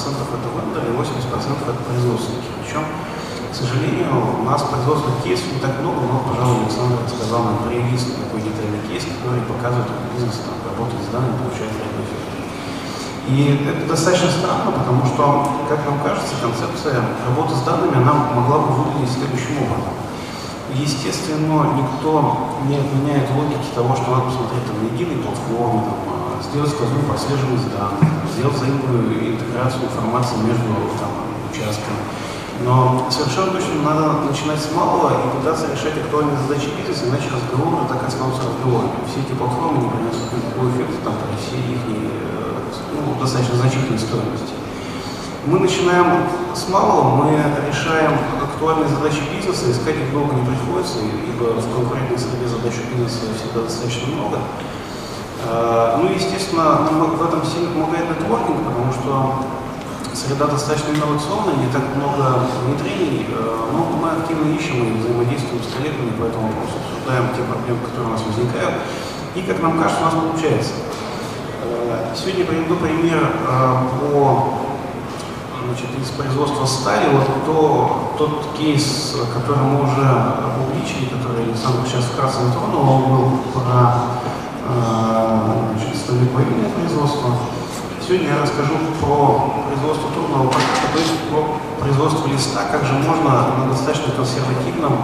это вендоры, 80% это производственники. Причем, к сожалению, у нас производственных кейсов не так много, но, пожалуй, Александр рассказал нам про единственный такой детальный кейс, который показывает, как бизнес работает с данными, получает реальный эффект. И это достаточно странно, потому что, как нам кажется, концепция работы с данными, она могла бы выглядеть следующим образом. Естественно, никто не отменяет логики того, что надо посмотреть там, на единой платформе, сделать сквозную прослеживаемость данных, сделать взаимную интеграцию информации между участками. Но совершенно точно надо начинать с малого и пытаться решать актуальные задачи бизнеса, иначе разговоры так и останутся разговорами. Все эти платформы не принесут никакого эффекта при всей их достаточно значительной стоимости. Мы начинаем с малого, мы решаем актуальные задачи бизнеса, искать их долго не приходится, ибо в конкурентной среде задач бизнеса всегда достаточно много. Естественно, нам в этом сильно помогает нетворкинг, потому что среда достаточно инновационная, не так много внедрений, но мы активно ищем и взаимодействуем с коллегами по этому вопросу, обсуждаем те проблемы, которые у нас возникают, и, как нам кажется, у нас получается. Сегодня приведу пример из производства стали. Тот кейс, который мы уже опубличили, который Александр сейчас вкратце затронул, он был про сталеплавильное производство. Сегодня я расскажу про производство трубного проката, то есть про производство листа, как же можно на достаточно консервативном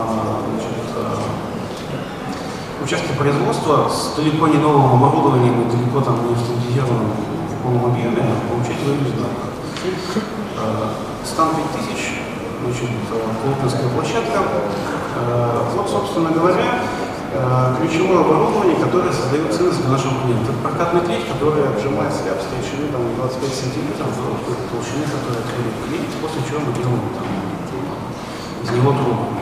участке производства с далеко не новым оборудованием и далеко не автоматизированным в полном объеме получить вывез данных. Стан 5000, Колпинская площадка. Собственно говоря, ключевое оборудование, которое создает ценность для нашего клиента. Это прокатный клей, который обжимает сляб с толщины 25 сантиметров до толщины, которая требует клей, после чего мы делаем из него трубу.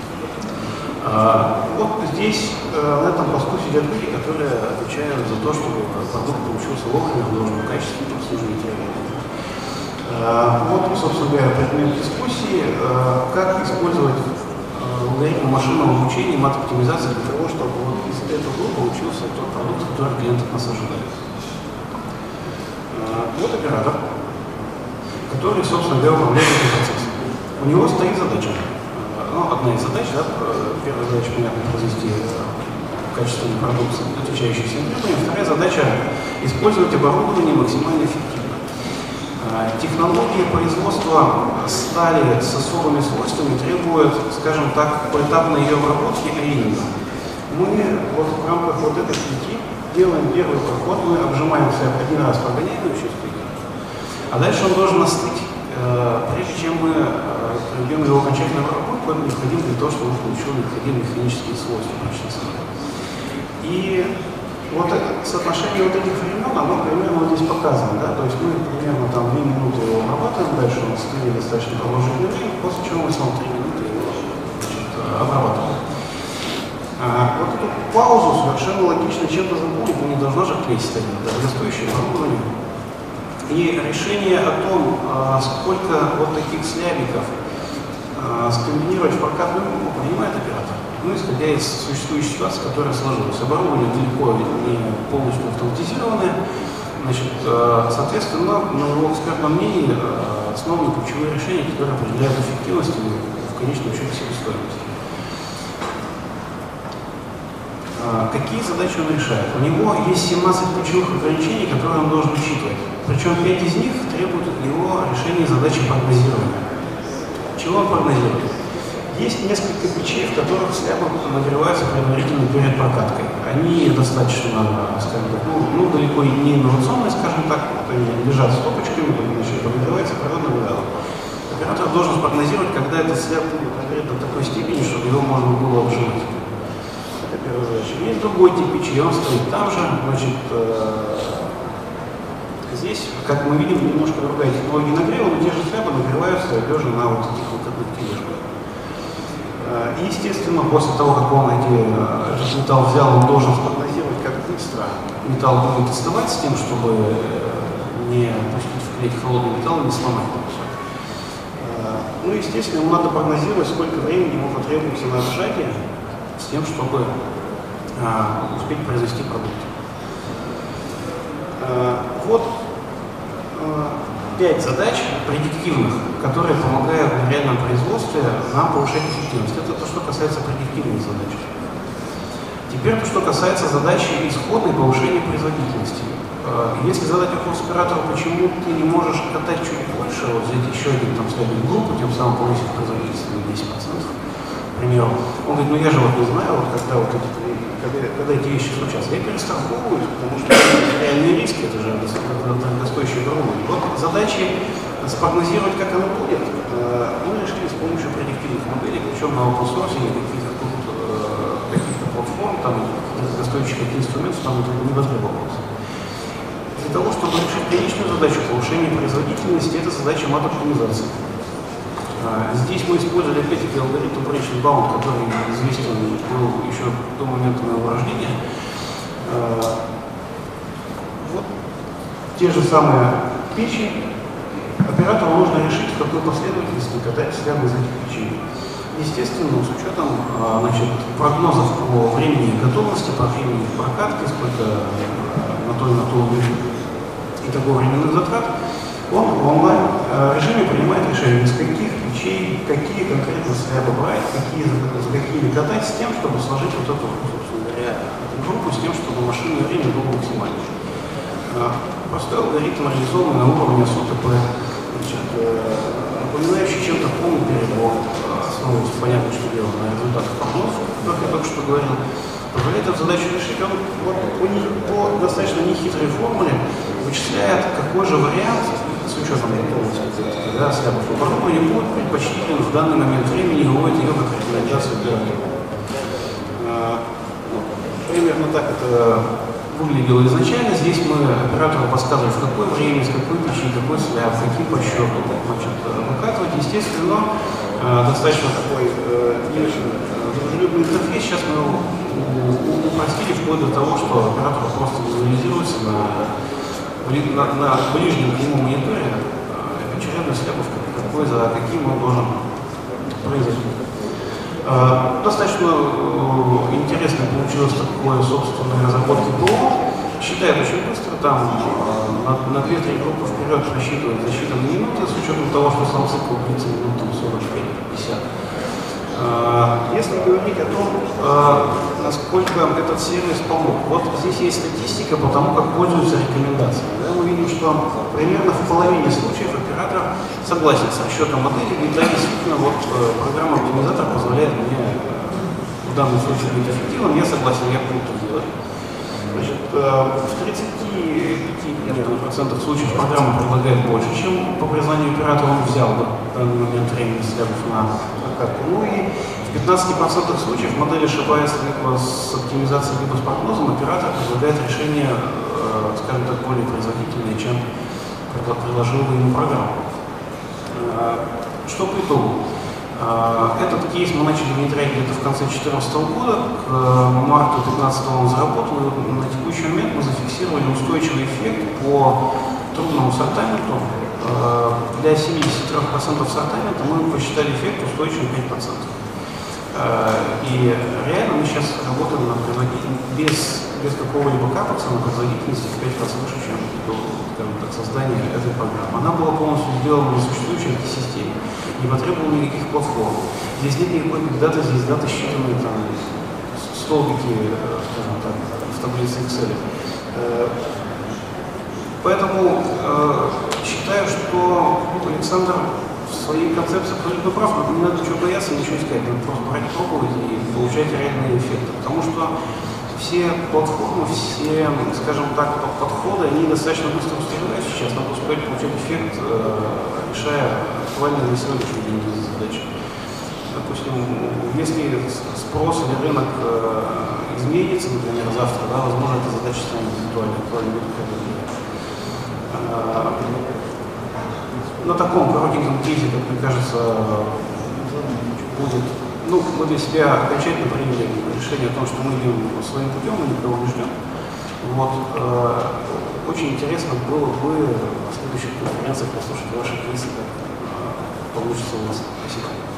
Здесь на этом посту сидят люди, которые отвечают за то, чтобы продукт получился вовремя, в должном качестве, обслуживать требования. Собственно говоря, предмет дискуссии, как использовать алгоритм машинного обучения и мат-оптимизации для того, чтобы из этого получился тот продукт, который клиент от нас ожидает. Оператор, который, собственно говоря, управляет этим процессом. У него стоит задача. Одна из задач, первая задача, понятно, произвести качественную продукцию, отвечающую всем требованиям. Вторая задача – использовать оборудование максимально эффективно. Технологии производства стали с особыми свойствами требуют, скажем так, поэтапной ее обработки, а именно мы в рамках этой плиты делаем первый проход, мы обжимаем сляб один раз, прогоняем его через плиту, а дальше он должен остыть, прежде чем мы проведем его окончательную обработку, это необходимо для того, чтобы он получил необходимые механические свойства прочности. И соотношение этих времен, оно примерно здесь показано, да? То есть мы примерно 2 минуты его обрабатываем, дальше он остынет достаточно продолжительное время, после чего мы снова 3 минуты его обрабатываем. Эту паузу совершенно логично чем-то заполнить, но не должна же клей стоять, дорогостоящее оборудование. И решение о том, сколько таких слябиков скомбинировать в прокатную группу, принимает оператор. Исходя из существующей ситуации, которая сложилась. Оборудование далеко не полностью автоматизированное. Соответственно, на его экспертном мнении основаны ключевые решения, которые определяют эффективность и в конечном счете себестоимость. Какие задачи он решает? У него есть 17 ключевых ограничений, которые он должен учитывать. Причем 5 из них требуют от него решения задачи прогнозирования. Чего он прогнозирует? Есть несколько печей, в которых слябы нагреваются предварительно перед прокаткой. Они достаточно, скажем так, далеко не инновационные, скажем так, они лежат стопочками, нагревается природным газом. Оператор должен спрогнозировать, когда этот сляб будет нагрет до такой степени, чтобы его можно было обжимать. Это первая задача. Есть другой тип печи, он стоит там же. Здесь, как мы видим, немножко другая технология нагрева, но те же слябы нагреваются лежа на этих выкатных тележках. Естественно, после того, как он этот металл взял, он должен спрогнозировать, как быстро металл будет остывать с тем, чтобы не пустить в клей холодный металл и не сломать это все. Естественно, ему надо прогнозировать, сколько времени ему потребуется на сжатие с тем, чтобы успеть произвести продукт. 5 задач предиктивных, которые помогают в реальном производстве нам повышать эффективность. Это то, что касается предиктивных задач. Теперь то, что касается задачи исходной повышения производительности. Если задать вопрос оператору, почему ты не можешь катать чуть больше, вот взять еще один там следует группу, тем самым повысить производительность на 10%, к примеру, он говорит, ну я же вот не знаю, вот когда вот эти когда эти вещи случатся. Я перестраховываюсь, потому что реальные риски, это же дорогостоящие дороги. Вот задачи спрогнозировать, как оно будет, мы решили с помощью предиктивных моделей, причем на open source, каких-то платформ, там, дорогостоящих каких инструментов, там это не востребовалось. Для того, чтобы решить конечную задачу повышения производительности, это задача мат-оптимизации. Здесь мы использовали опять-таки алгоритм Брейшенбаум, который известен был еще до момента моего рождения. Вот те же самые печи. Оператору нужно решить, в какой последовательности катать слябы из этих печей. Естественно, с учетом прогнозов по времени готовности, по времени прокатки, сколько на то и того временных затрат, он в онлайн-режиме принимает решение, из каких печей, какие конкретно слябы брать, за какими катать, с тем, чтобы сложить вот эту, собственно говоря, группу, с тем, чтобы машинное время было максимально. Простой алгоритм, реализованный на уровне СОТП, напоминающий чем-то полный перебор, основываясь, понятно, что дело на результатах прогнозов, как я только что говорил, позволяет эту задачу решить. Он вот, по достаточно нехитрой формуле вычисляет, какой же вариант, с учетом готовности слябов оборудования, будет предпочтителен в данный момент времени и выводит ее как рекомендацию для примерно так это выглядело изначально. Здесь мы оператору подсказываем, в какое время, с какой печи, какой сляп, какие по счету выкатывать. Естественно, достаточно такой не очень дружелюбный интерфейс. Сейчас мы его упростили вплоть до того, что оператор просто визуализируется на ближнем к нему мониторе очередной слябов, какой за каким он должен произойти. Достаточно интересно получилось такое собственное разработки ПО. Считает очень быстро, там на 2-3 группы вперед рассчитывает за считанные минуты, с учетом того, что сам цикл длится минут 45-50. Если говорить о том, насколько этот сервис помог, вот здесь есть статистика по тому, как пользуются рекомендациями. Да, мы видим, что примерно в половине случаев оператор согласен с расчетом модели, и да, действительно, вот программа оптимизатор позволяет мне в данном случае быть эффективным, я согласен, я буду это делать. Значит, в 35% случаев программа предлагает больше, чем по признанию оператора он взял бы в данный момент времени слябов на прокатку. Ну и в 15% случаев модель ошибается либо с оптимизацией, либо с прогнозом, оператор предлагает решение, скажем так, более производительное, чем предложила ему программа. Что по итогу? Этот кейс мы начали внедрять где-то в конце 2014 года, к марту 2015 он заработал, и на текущий момент мы зафиксировали устойчивый эффект по трудному сортаменту. Для 73% сортамента мы посчитали эффект устойчивым 5%. И реально мы сейчас работаем на производительности без какого-либо капекса на производительности в 5% выше, чем до, скажем так, создания этой программы. Она была полностью сделана на существующей системе, не потребовала никаких платформ. Здесь нет никакой бигдаты, здесь даты считанные там столбики, скажем так, в таблице Excel. Поэтому считаю, что Александр в своей концепции абсолютно прав, но не надо ничего бояться, ничего искать, надо просто брать, пробовать и получать реальные эффекты. Потому что все платформы, все, скажем так, подходы, они достаточно быстро устаревают сейчас, надо успеть получать эффект, решая актуальные на сегодняшний день задачи. Допустим, если спрос или рынок изменится, например, завтра, да, возможно, эта задача станет актуальной. На таком коротеньком кейсе, как мне кажется, будет, ну, мы для себя окончательно приняли решение о том, что мы идем своим путем, мы никого не ждем. Вот, очень интересно было бы на следующих конференциях послушать ваши кейсы, как получится у вас. Спасибо.